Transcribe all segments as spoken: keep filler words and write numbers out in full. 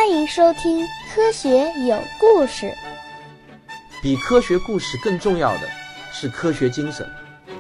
欢迎收听科学有故事。 比科学故事更重要的是科学精神。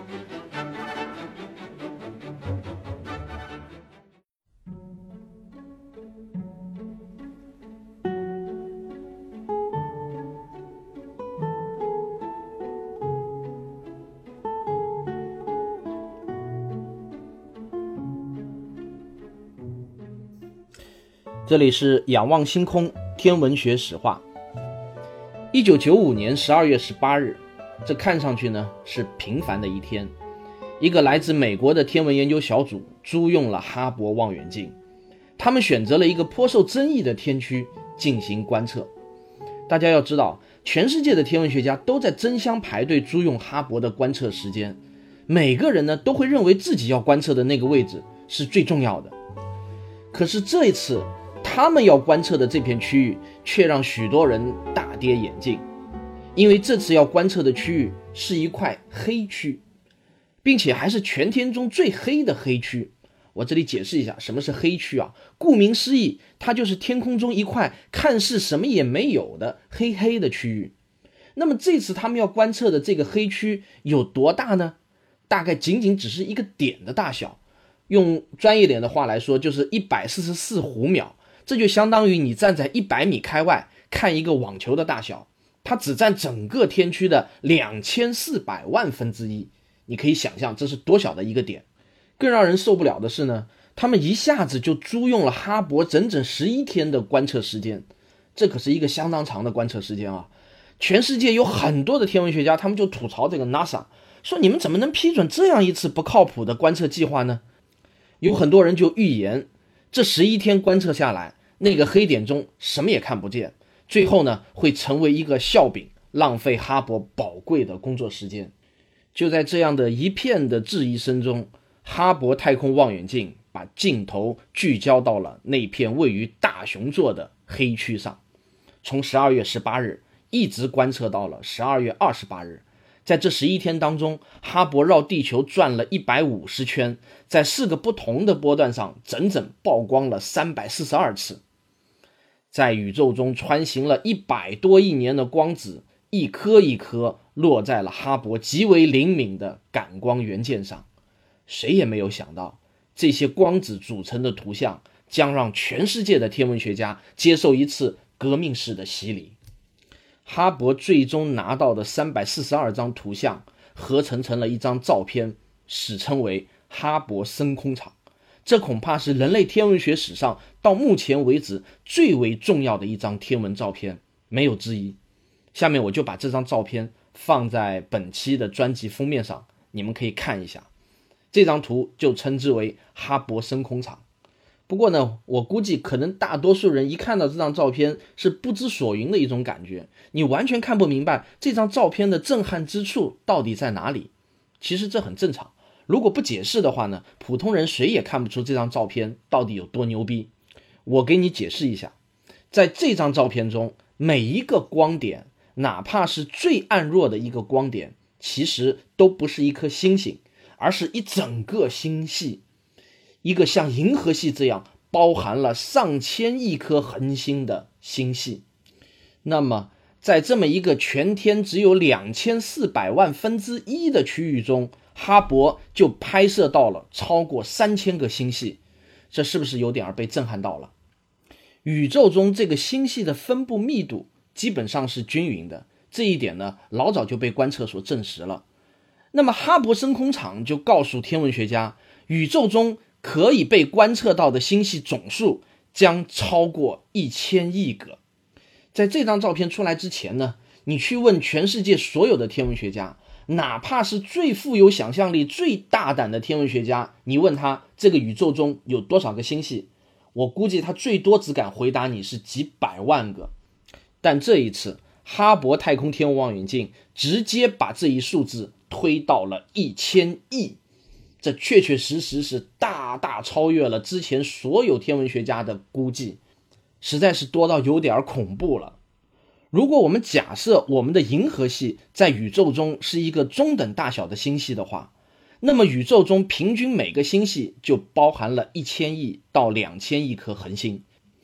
这里是仰望星空天文学史话。一九九五年十二月十八日，这看上去呢是平凡的一天，一个来自美国的天文研究小组租用了哈勃望远镜，他们选择了一个颇受争议的天区进行观测。大家要知道，全世界的天文学家都在争相排队租用哈勃的观测时间，每个人呢都会认为自己要观测的那个位置是最重要的。可是这一次他们要观测的这片区域却让许多人大跌眼镜，因为这次要观测的区域是一块黑区，并且还是全天中最黑的黑区。我这里解释一下什么是黑区啊，顾名思义，它就是天空中一块看似什么也没有的黑黑的区域。那么这次他们要观测的这个黑区有多大呢？大概仅仅只是一个点的大小，用专业点的话来说，就是一百四十四弧秒，这就相当于你站在一百米开外看一个网球的大小，它只占整个天区的两千四百万分之一。你可以想象这是多小的一个点。更让人受不了的是呢，他们一下子就租用了哈勃整整十一天的观测时间，这可是一个相当长的观测时间啊！全世界有很多的天文学家，他们就吐槽这个 NASA， 说你们怎么能批准这样一次不靠谱的观测计划呢？有很多人就预言，这十一天观测下来，那个黑点中什么也看不见，最后呢会成为一个笑柄，浪费哈勃宝贵的工作时间。就在这样的一片的质疑声中，哈勃太空望远镜把镜头聚焦到了那片位于大熊座的黑区上，从十二月十八日一直观测到了十二月二十八日。在这十一天当中，哈勃绕地球转了一百五十圈，在四个不同的波段上整整曝光了三百四十二次。在宇宙中穿行了一百多亿年的光子，一颗一颗落在了哈勃极为灵敏的感光元件上。谁也没有想到，这些光子组成的图像将让全世界的天文学家接受一次革命式的洗礼。哈勃最终拿到的三百四十二张图像合成成了一张照片，史称为哈勃深空场。这恐怕是人类天文学史上到目前为止最为重要的一张天文照片，没有之一。下面我就把这张照片放在本期的专辑封面上，你们可以看一下。这张图就称之为哈勃深空场。不过呢，我估计可能大多数人一看到这张照片是不知所云的一种感觉，你完全看不明白这张照片的震撼之处到底在哪里。其实这很正常，如果不解释的话呢，普通人谁也看不出这张照片到底有多牛逼。我给你解释一下，在这张照片中，每一个光点，哪怕是最暗弱的一个光点，其实都不是一颗星星，而是一整个星系，一个像银河系这样包含了上千亿颗恒星的星系。那么在这么一个全天只有两千四百万分之一的区域中，哈勃就拍摄到了超过三千个星系，这是不是有点被震撼到了？宇宙中这个星系的分布密度基本上是均匀的，这一点呢老早就被观测所证实了。那么哈勃深空场就告诉天文学家，宇宙中可以被观测到的星系总数将超过一千亿个。在这张照片出来之前呢，你去问全世界所有的天文学家，哪怕是最富有想象力最大胆的天文学家，你问他这个宇宙中有多少个星系，我估计他最多只敢回答你是几百万个。但这一次哈勃太空天文望远镜直接把这一数字推到了一千亿，这确确实实是大大超越了之前所有天文学家的估计，实在是多到有点恐怖了。如果我们假设我们的银河系在宇宙中是一个中等大小的星系的话，那么宇宙中平均每个星系就包含了一千亿到两千亿颗恒星。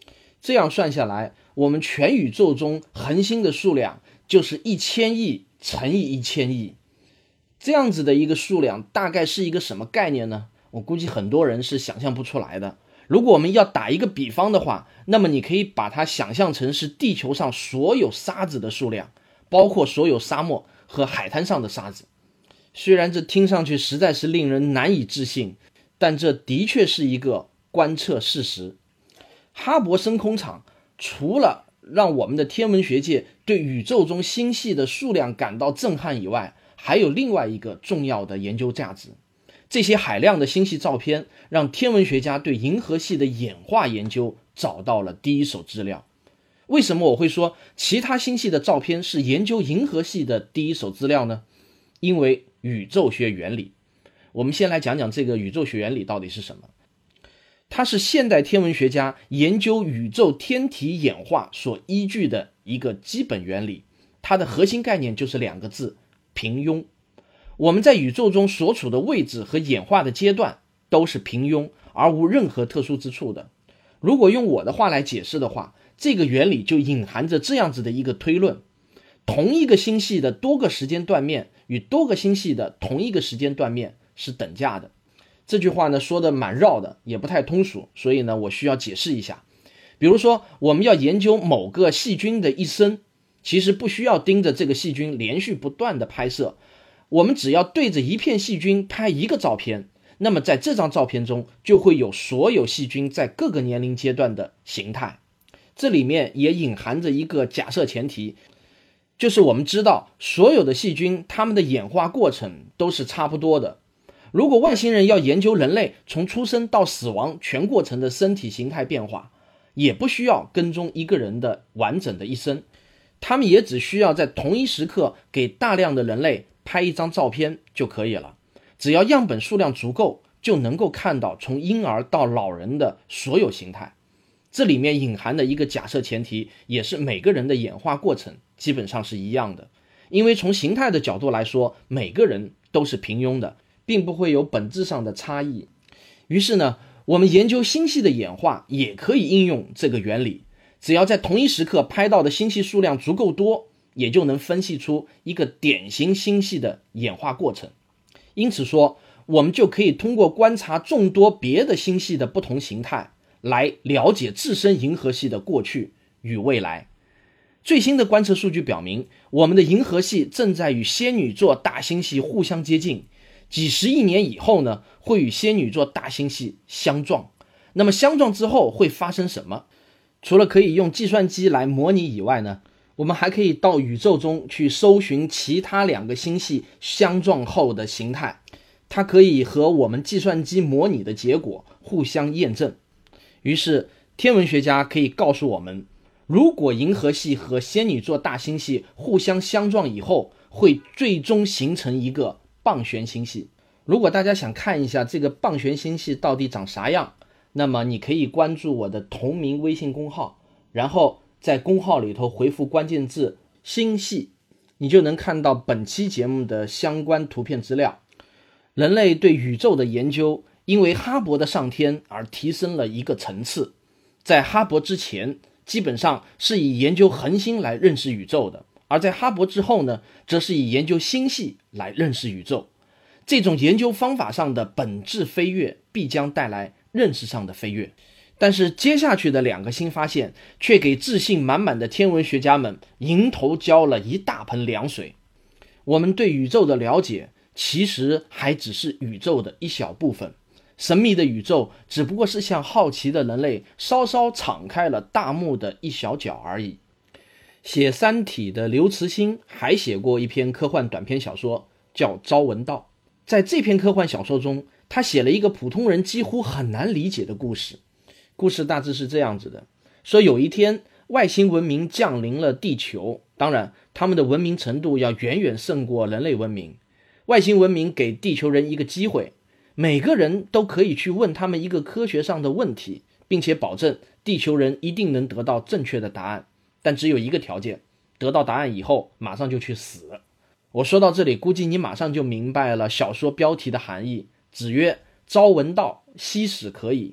这样算下来，我们全宇宙中恒星的数量就是一千亿乘以一千亿。这样子的一个数量大概是一个什么概念呢？我估计很多人是想象不出来的。如果我们要打一个比方的话，那么你可以把它想象成是地球上所有沙子的数量，包括所有沙漠和海滩上的沙子。虽然这听上去实在是令人难以置信，但这的确是一个观测事实。哈勃深空场除了让我们的天文学界对宇宙中星系的数量感到震撼以外，还有另外一个重要的研究价值。这些海量的星系照片让天文学家对银河系的演化研究找到了第一手资料。为什么我会说其他星系的照片是研究银河系的第一手资料呢？因为宇宙学原理。我们先来讲讲这个宇宙学原理到底是什么。它是现代天文学家研究宇宙天体演化所依据的一个基本原理，它的核心概念就是两个字：平庸。我们在宇宙中所处的位置和演化的阶段都是平庸而无任何特殊之处的。如果用我的话来解释的话，这个原理就隐含着这样子的一个推论：同一个星系的多个时间断面与多个星系的同一个时间断面是等价的。这句话呢说的蛮绕的，也不太通俗，所以呢我需要解释一下。比如说我们要研究某个细菌的一生，其实不需要盯着这个细菌连续不断的拍摄，我们只要对着一片细菌拍一个照片，那么在这张照片中就会有所有细菌在各个年龄阶段的形态。这里面也隐含着一个假设前提，就是我们知道所有的细菌它们的演化过程都是差不多的。如果外星人要研究人类从出生到死亡全过程的身体形态变化，也不需要跟踪一个人的完整的一生，他们也只需要在同一时刻给大量的人类拍一张照片就可以了。只要样本数量足够，就能够看到从婴儿到老人的所有形态。这里面隐含的一个假设前提，也是每个人的演化过程基本上是一样的。因为从形态的角度来说，每个人都是平庸的，并不会有本质上的差异。于是呢，我们研究星系的演化也可以应用这个原理，只要在同一时刻拍到的星系数量足够多，也就能分析出一个典型星系的演化过程。因此说，我们就可以通过观察众多别的星系的不同形态，来了解自身银河系的过去与未来。最新的观测数据表明，我们的银河系正在与仙女座大星系互相接近，几十亿年以后呢，会与仙女座大星系相撞。那么相撞之后会发生什么？除了可以用计算机来模拟以外呢，我们还可以到宇宙中去搜寻其他两个星系相撞后的形态，它可以和我们计算机模拟的结果互相验证。于是天文学家可以告诉我们，如果银河系和仙女座大星系互相相撞以后，会最终形成一个棒旋星系。如果大家想看一下这个棒旋星系到底长啥样，那么你可以关注我的同名微信公号，然后在公号里头回复关键字星系，你就能看到本期节目的相关图片资料。人类对宇宙的研究因为哈勃的上天而提升了一个层次。在哈勃之前，基本上是以研究恒星来认识宇宙的，而在哈勃之后呢，则是以研究星系来认识宇宙。这种研究方法上的本质飞跃必将带来认识上的飞跃。但是接下去的两个新发现却给自信满满的天文学家们迎头浇了一大盆凉水。我们对宇宙的了解其实还只是宇宙的一小部分，神秘的宇宙只不过是向好奇的人类稍稍敞开了大幕的一小角而已。写《三体》的刘慈欣还写过一篇科幻短篇小说，叫《朝闻道》。在这篇科幻小说中，他写了一个普通人几乎很难理解的故事。故事大致是这样子的，说有一天外星文明降临了地球，当然他们的文明程度要远远胜过人类文明。外星文明给地球人一个机会，每个人都可以去问他们一个科学上的问题，并且保证地球人一定能得到正确的答案，但只有一个条件，得到答案以后马上就去死。我说到这里，估计你马上就明白了小说标题的含义。子曰：朝闻道，夕死可矣。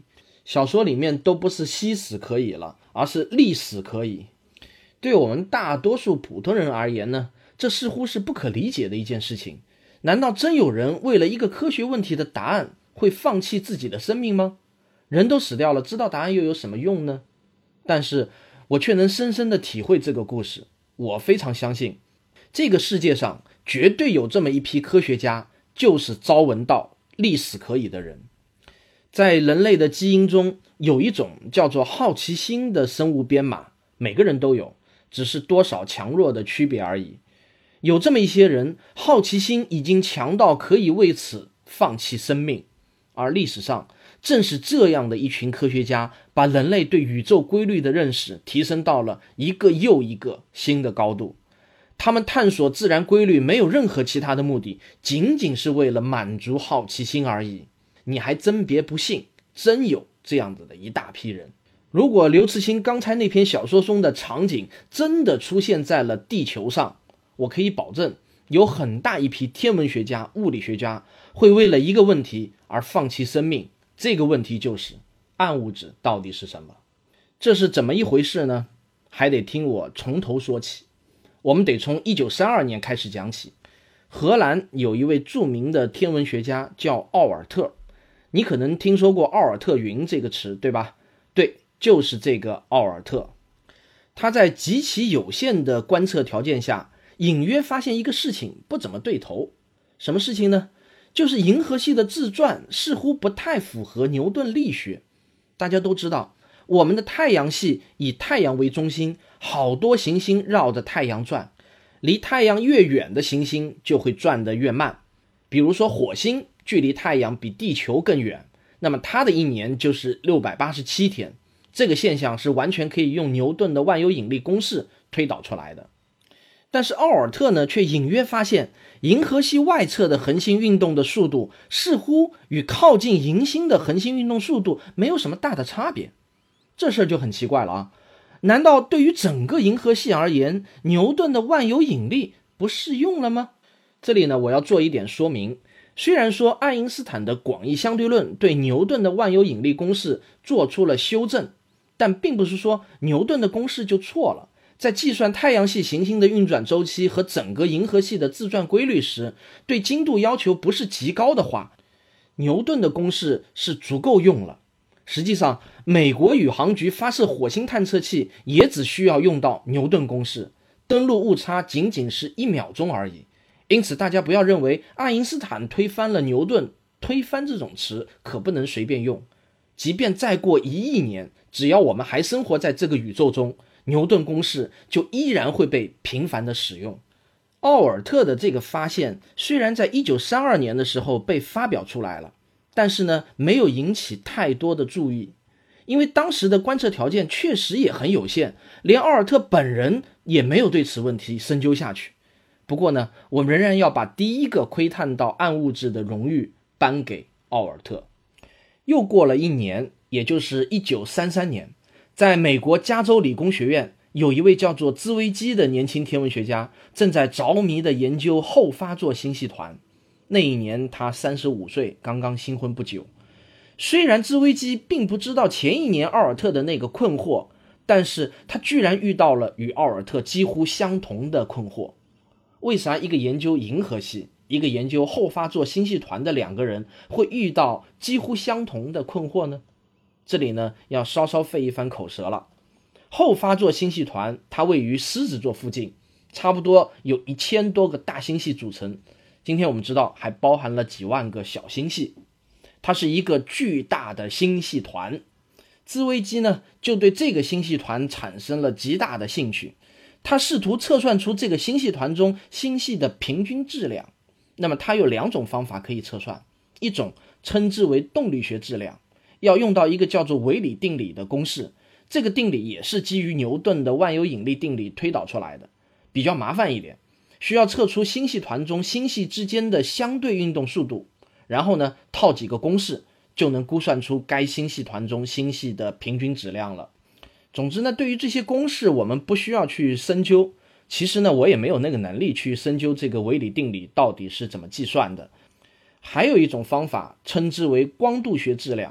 小说里面都不是西死可以了，而是历死可以。对我们大多数普通人而言呢，这似乎是不可理解的一件事情。难道真有人为了一个科学问题的答案会放弃自己的生命吗？人都死掉了，知道答案又有什么用呢？但是我却能深深地体会这个故事。我非常相信，这个世界上绝对有这么一批科学家，就是朝闻道，历死可以的人。在人类的基因中，有一种叫做好奇心的生物编码，每个人都有，只是多少强弱的区别而已。有这么一些人，好奇心已经强到可以为此放弃生命，而历史上正是这样的一群科学家，把人类对宇宙规律的认识提升到了一个又一个新的高度。他们探索自然规律没有任何其他的目的，仅仅是为了满足好奇心而已。你还真别不信，真有这样子的一大批人。如果刘慈欣刚才那篇小说中的场景真的出现在了地球上，我可以保证有很大一批天文学家、物理学家会为了一个问题而放弃生命。这个问题就是暗物质到底是什么？这是怎么一回事呢？还得听我从头说起。我们得从一九三二年开始讲起。荷兰有一位著名的天文学家叫奥尔特，你可能听说过奥尔特云这个词，对吧？对，就是这个奥尔特。他在极其有限的观测条件下，隐约发现一个事情不怎么对头。什么事情呢？就是银河系的自转似乎不太符合牛顿力学。大家都知道，我们的太阳系以太阳为中心，好多行星绕着太阳转，离太阳越远的行星就会转得越慢。比如说火星距离太阳比地球更远，那么它的一年就是六百八十七天。这个现象是完全可以用牛顿的万有引力公式推导出来的。但是奥尔特呢，却隐约发现银河系外侧的恒星运动的速度似乎与靠近银星的恒星运动速度没有什么大的差别。这事儿就很奇怪了啊！难道对于整个银河系而言，牛顿的万有引力不适用了吗？这里呢，我要做一点说明。虽然说爱因斯坦的广义相对论对牛顿的万有引力公式做出了修正，但并不是说牛顿的公式就错了。在计算太阳系行星的运转周期和整个银河系的自转规律时，对精度要求不是极高的话，牛顿的公式是足够用了。实际上，美国宇航局发射火星探测器也只需要用到牛顿公式，登陆误差仅仅是一秒钟而已。因此大家不要认为爱因斯坦推翻了牛顿，推翻这种词可不能随便用。即便再过一亿年，只要我们还生活在这个宇宙中，牛顿公式就依然会被频繁的使用。奥尔特的这个发现虽然在一九三二年的时候被发表出来了，但是呢，没有引起太多的注意，因为当时的观测条件确实也很有限，连奥尔特本人也没有对此问题深究下去。不过呢，我们仍然要把第一个窥探到暗物质的荣誉颁给奥尔特。又过了一年，也就是一九三三年，在美国加州理工学院，有一位叫做兹威基的年轻天文学家正在着迷地研究后发座星系团。那一年他三十五岁，刚刚新婚不久。虽然兹威基并不知道前一年奥尔特的那个困惑，但是他居然遇到了与奥尔特几乎相同的困惑。为啥一个研究银河系，一个研究后发座星系团的两个人会遇到几乎相同的困惑呢？这里呢，要稍稍费一番口舌了。后发座星系团它位于狮子座附近，差不多有一千多个大星系组成。今天我们知道还包含了几万个小星系，它是一个巨大的星系团。兹威基呢，就对这个星系团产生了极大的兴趣。他试图测算出这个星系团中星系的平均质量。那么它有两种方法可以测算，一种称之为动力学质量，要用到一个叫做韦里定理的公式，这个定理也是基于牛顿的万有引力定理推导出来的，比较麻烦一点，需要测出星系团中星系之间的相对运动速度，然后呢套几个公式就能估算出该星系团中星系的平均质量了。总之呢，对于这些公式我们不需要去深究，其实呢我也没有那个能力去深究这个韦里定理到底是怎么计算的。还有一种方法称之为光度学质量，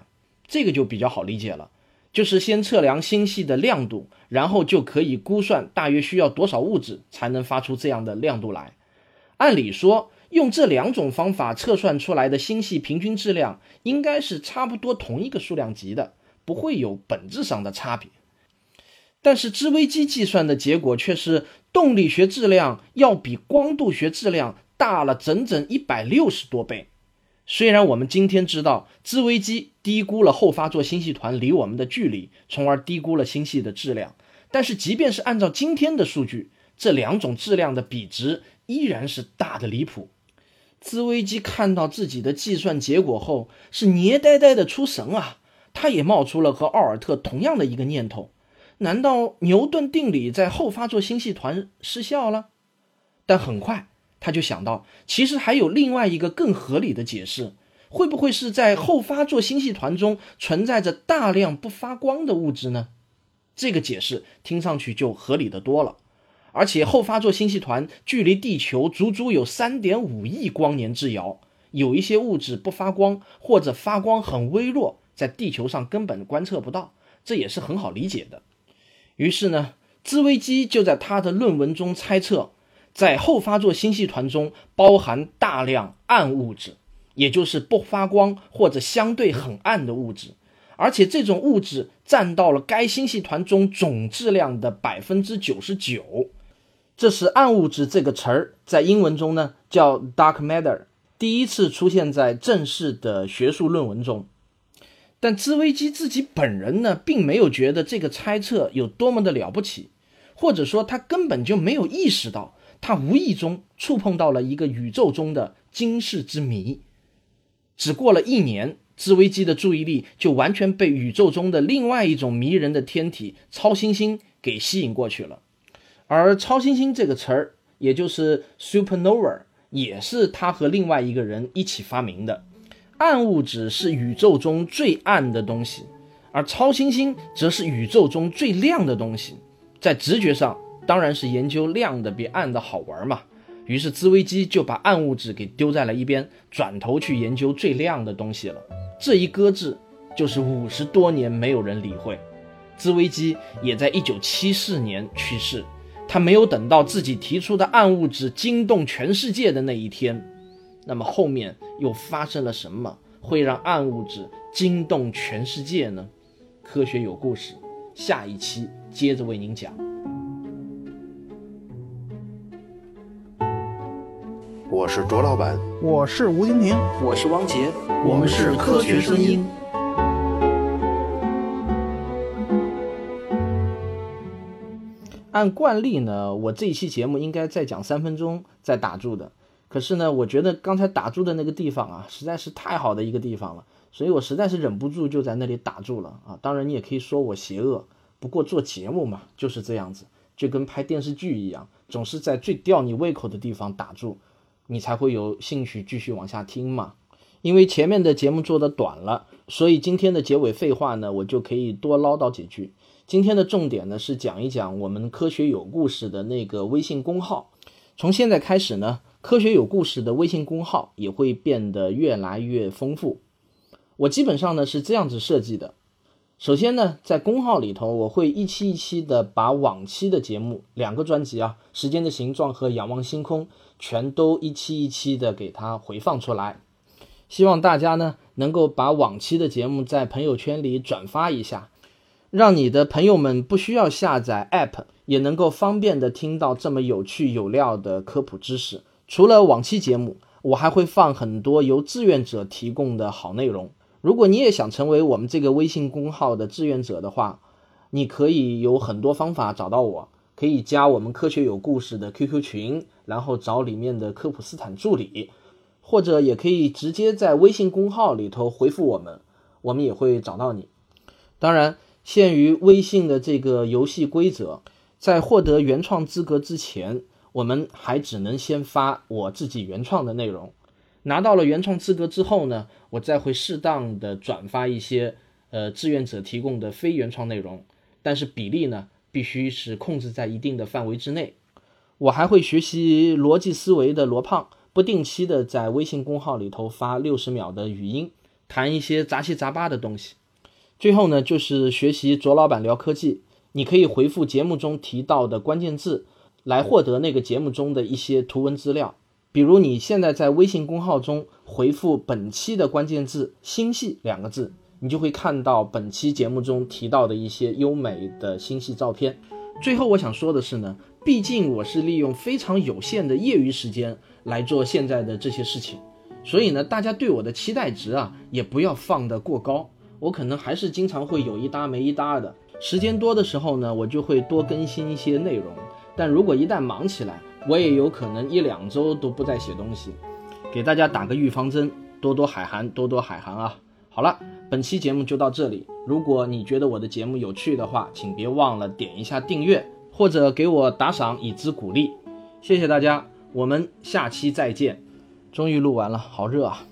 这个就比较好理解了，就是先测量星系的亮度，然后就可以估算大约需要多少物质才能发出这样的亮度来。按理说，用这两种方法测算出来的星系平均质量应该是差不多同一个数量级的，不会有本质上的差别。但是织微机计算的结果却是动力学质量要比光度学质量大了整整一百六十多倍。虽然我们今天知道织微机低估了后发座星系团离我们的距离，从而低估了星系的质量，但是即便是按照今天的数据，这两种质量的比值依然是大的离谱。织微机看到自己的计算结果后是捏呆呆的出神啊，他也冒出了和奥尔特同样的一个念头，难道牛顿定理在后发座星系团失效了？但很快他就想到，其实还有另外一个更合理的解释，会不会是在后发座星系团中存在着大量不发光的物质呢？这个解释听上去就合理得多了。而且后发座星系团距离地球足足有 三点五亿光年之遥，有一些物质不发光，或者发光很微弱，在地球上根本观测不到，这也是很好理解的。于是呢，织微机就在他的论文中猜测，在后发座星系团中包含大量暗物质，也就是不发光或者相对很暗的物质，而且这种物质占到了该星系团中总质量的 百分之九十九。 这是暗物质这个词儿在英文中呢叫 dark matter， 第一次出现在正式的学术论文中。但织微机自己本人呢，并没有觉得这个猜测有多么的了不起，或者说他根本就没有意识到，他无意中触碰到了一个宇宙中的惊世之谜。只过了一年，织微机的注意力就完全被宇宙中的另外一种迷人的天体超新星给吸引过去了。而超新星这个词儿，也就是 supernova， 也是他和另外一个人一起发明的。暗物质是宇宙中最暗的东西，而超新星则是宇宙中最亮的东西。在直觉上，当然是研究亮的比暗的好玩嘛。于是织微机就把暗物质给丢在了一边，转头去研究最亮的东西了。这一搁置就是五十多年没有人理会。织微机也在一九七四年去世，他没有等到自己提出的暗物质惊动全世界的那一天。那么后面又发生了什么会让暗物质惊动全世界呢？科学有故事，下一期接着为您讲。 我是卓老板， 我是吴京平， 我是汪杰，我们是科学声音。按惯例呢，我这一期节目应该再讲三分钟再打住的，可是呢，我觉得刚才打住的那个地方啊，实在是太好的一个地方了，所以我实在是忍不住就在那里打住了啊。当然你也可以说我邪恶，不过做节目嘛就是这样子，就跟拍电视剧一样，总是在最吊你胃口的地方打住，你才会有兴趣继续往下听嘛。因为前面的节目做得短了，所以今天的结尾废话呢，我就可以多唠叨几句。今天的重点呢是讲一讲我们科学有故事的那个微信公号。从现在开始呢，科学有故事的微信公号也会变得越来越丰富。我基本上呢是这样子设计的。首先呢，在公号里头，我会一期一期的把往期的节目，两个专辑啊，时间的形状和仰望星空，全都一期一期的给它回放出来。希望大家呢能够把往期的节目在朋友圈里转发一下，让你的朋友们不需要下载 App 也能够方便的听到这么有趣有料的科普知识。除了往期节目，我还会放很多由志愿者提供的好内容。如果你也想成为我们这个微信公号的志愿者的话，你可以有很多方法找到我，可以加我们科学有故事的 Q Q 群，然后找里面的科普斯坦助理，或者也可以直接在微信公号里头回复我们，我们也会找到你。当然，限于微信的这个游戏规则，在获得原创资格之前，我们还只能先发我自己原创的内容。拿到了原创资格之后呢，我再会适当的转发一些呃志愿者提供的非原创内容，但是比例呢必须是控制在一定的范围之内。我还会学习逻辑思维的罗胖，不定期的在微信公号里头发六十秒的语音，谈一些杂七杂八的东西。 最后呢，就是学习卓老板聊科技，你可以回复节目中提到的关键字来获得那个节目中的一些图文资料。比如你现在在微信公号中回复本期的关键字星系两个字，你就会看到本期节目中提到的一些优美的星系照片。最后我想说的是呢，毕竟我是利用非常有限的业余时间来做现在的这些事情，所以呢，大家对我的期待值啊，也不要放得过高。我可能还是经常会有一搭没一搭的，时间多的时候呢，我就会多更新一些内容，但如果一旦忙起来，我也有可能一两周都不再写东西。给大家打个预防针，多多海涵，多多海涵啊。好了，本期节目就到这里。如果你觉得我的节目有趣的话，请别忘了点一下订阅，或者给我打赏以资鼓励。谢谢大家，我们下期再见。终于录完了，好热啊。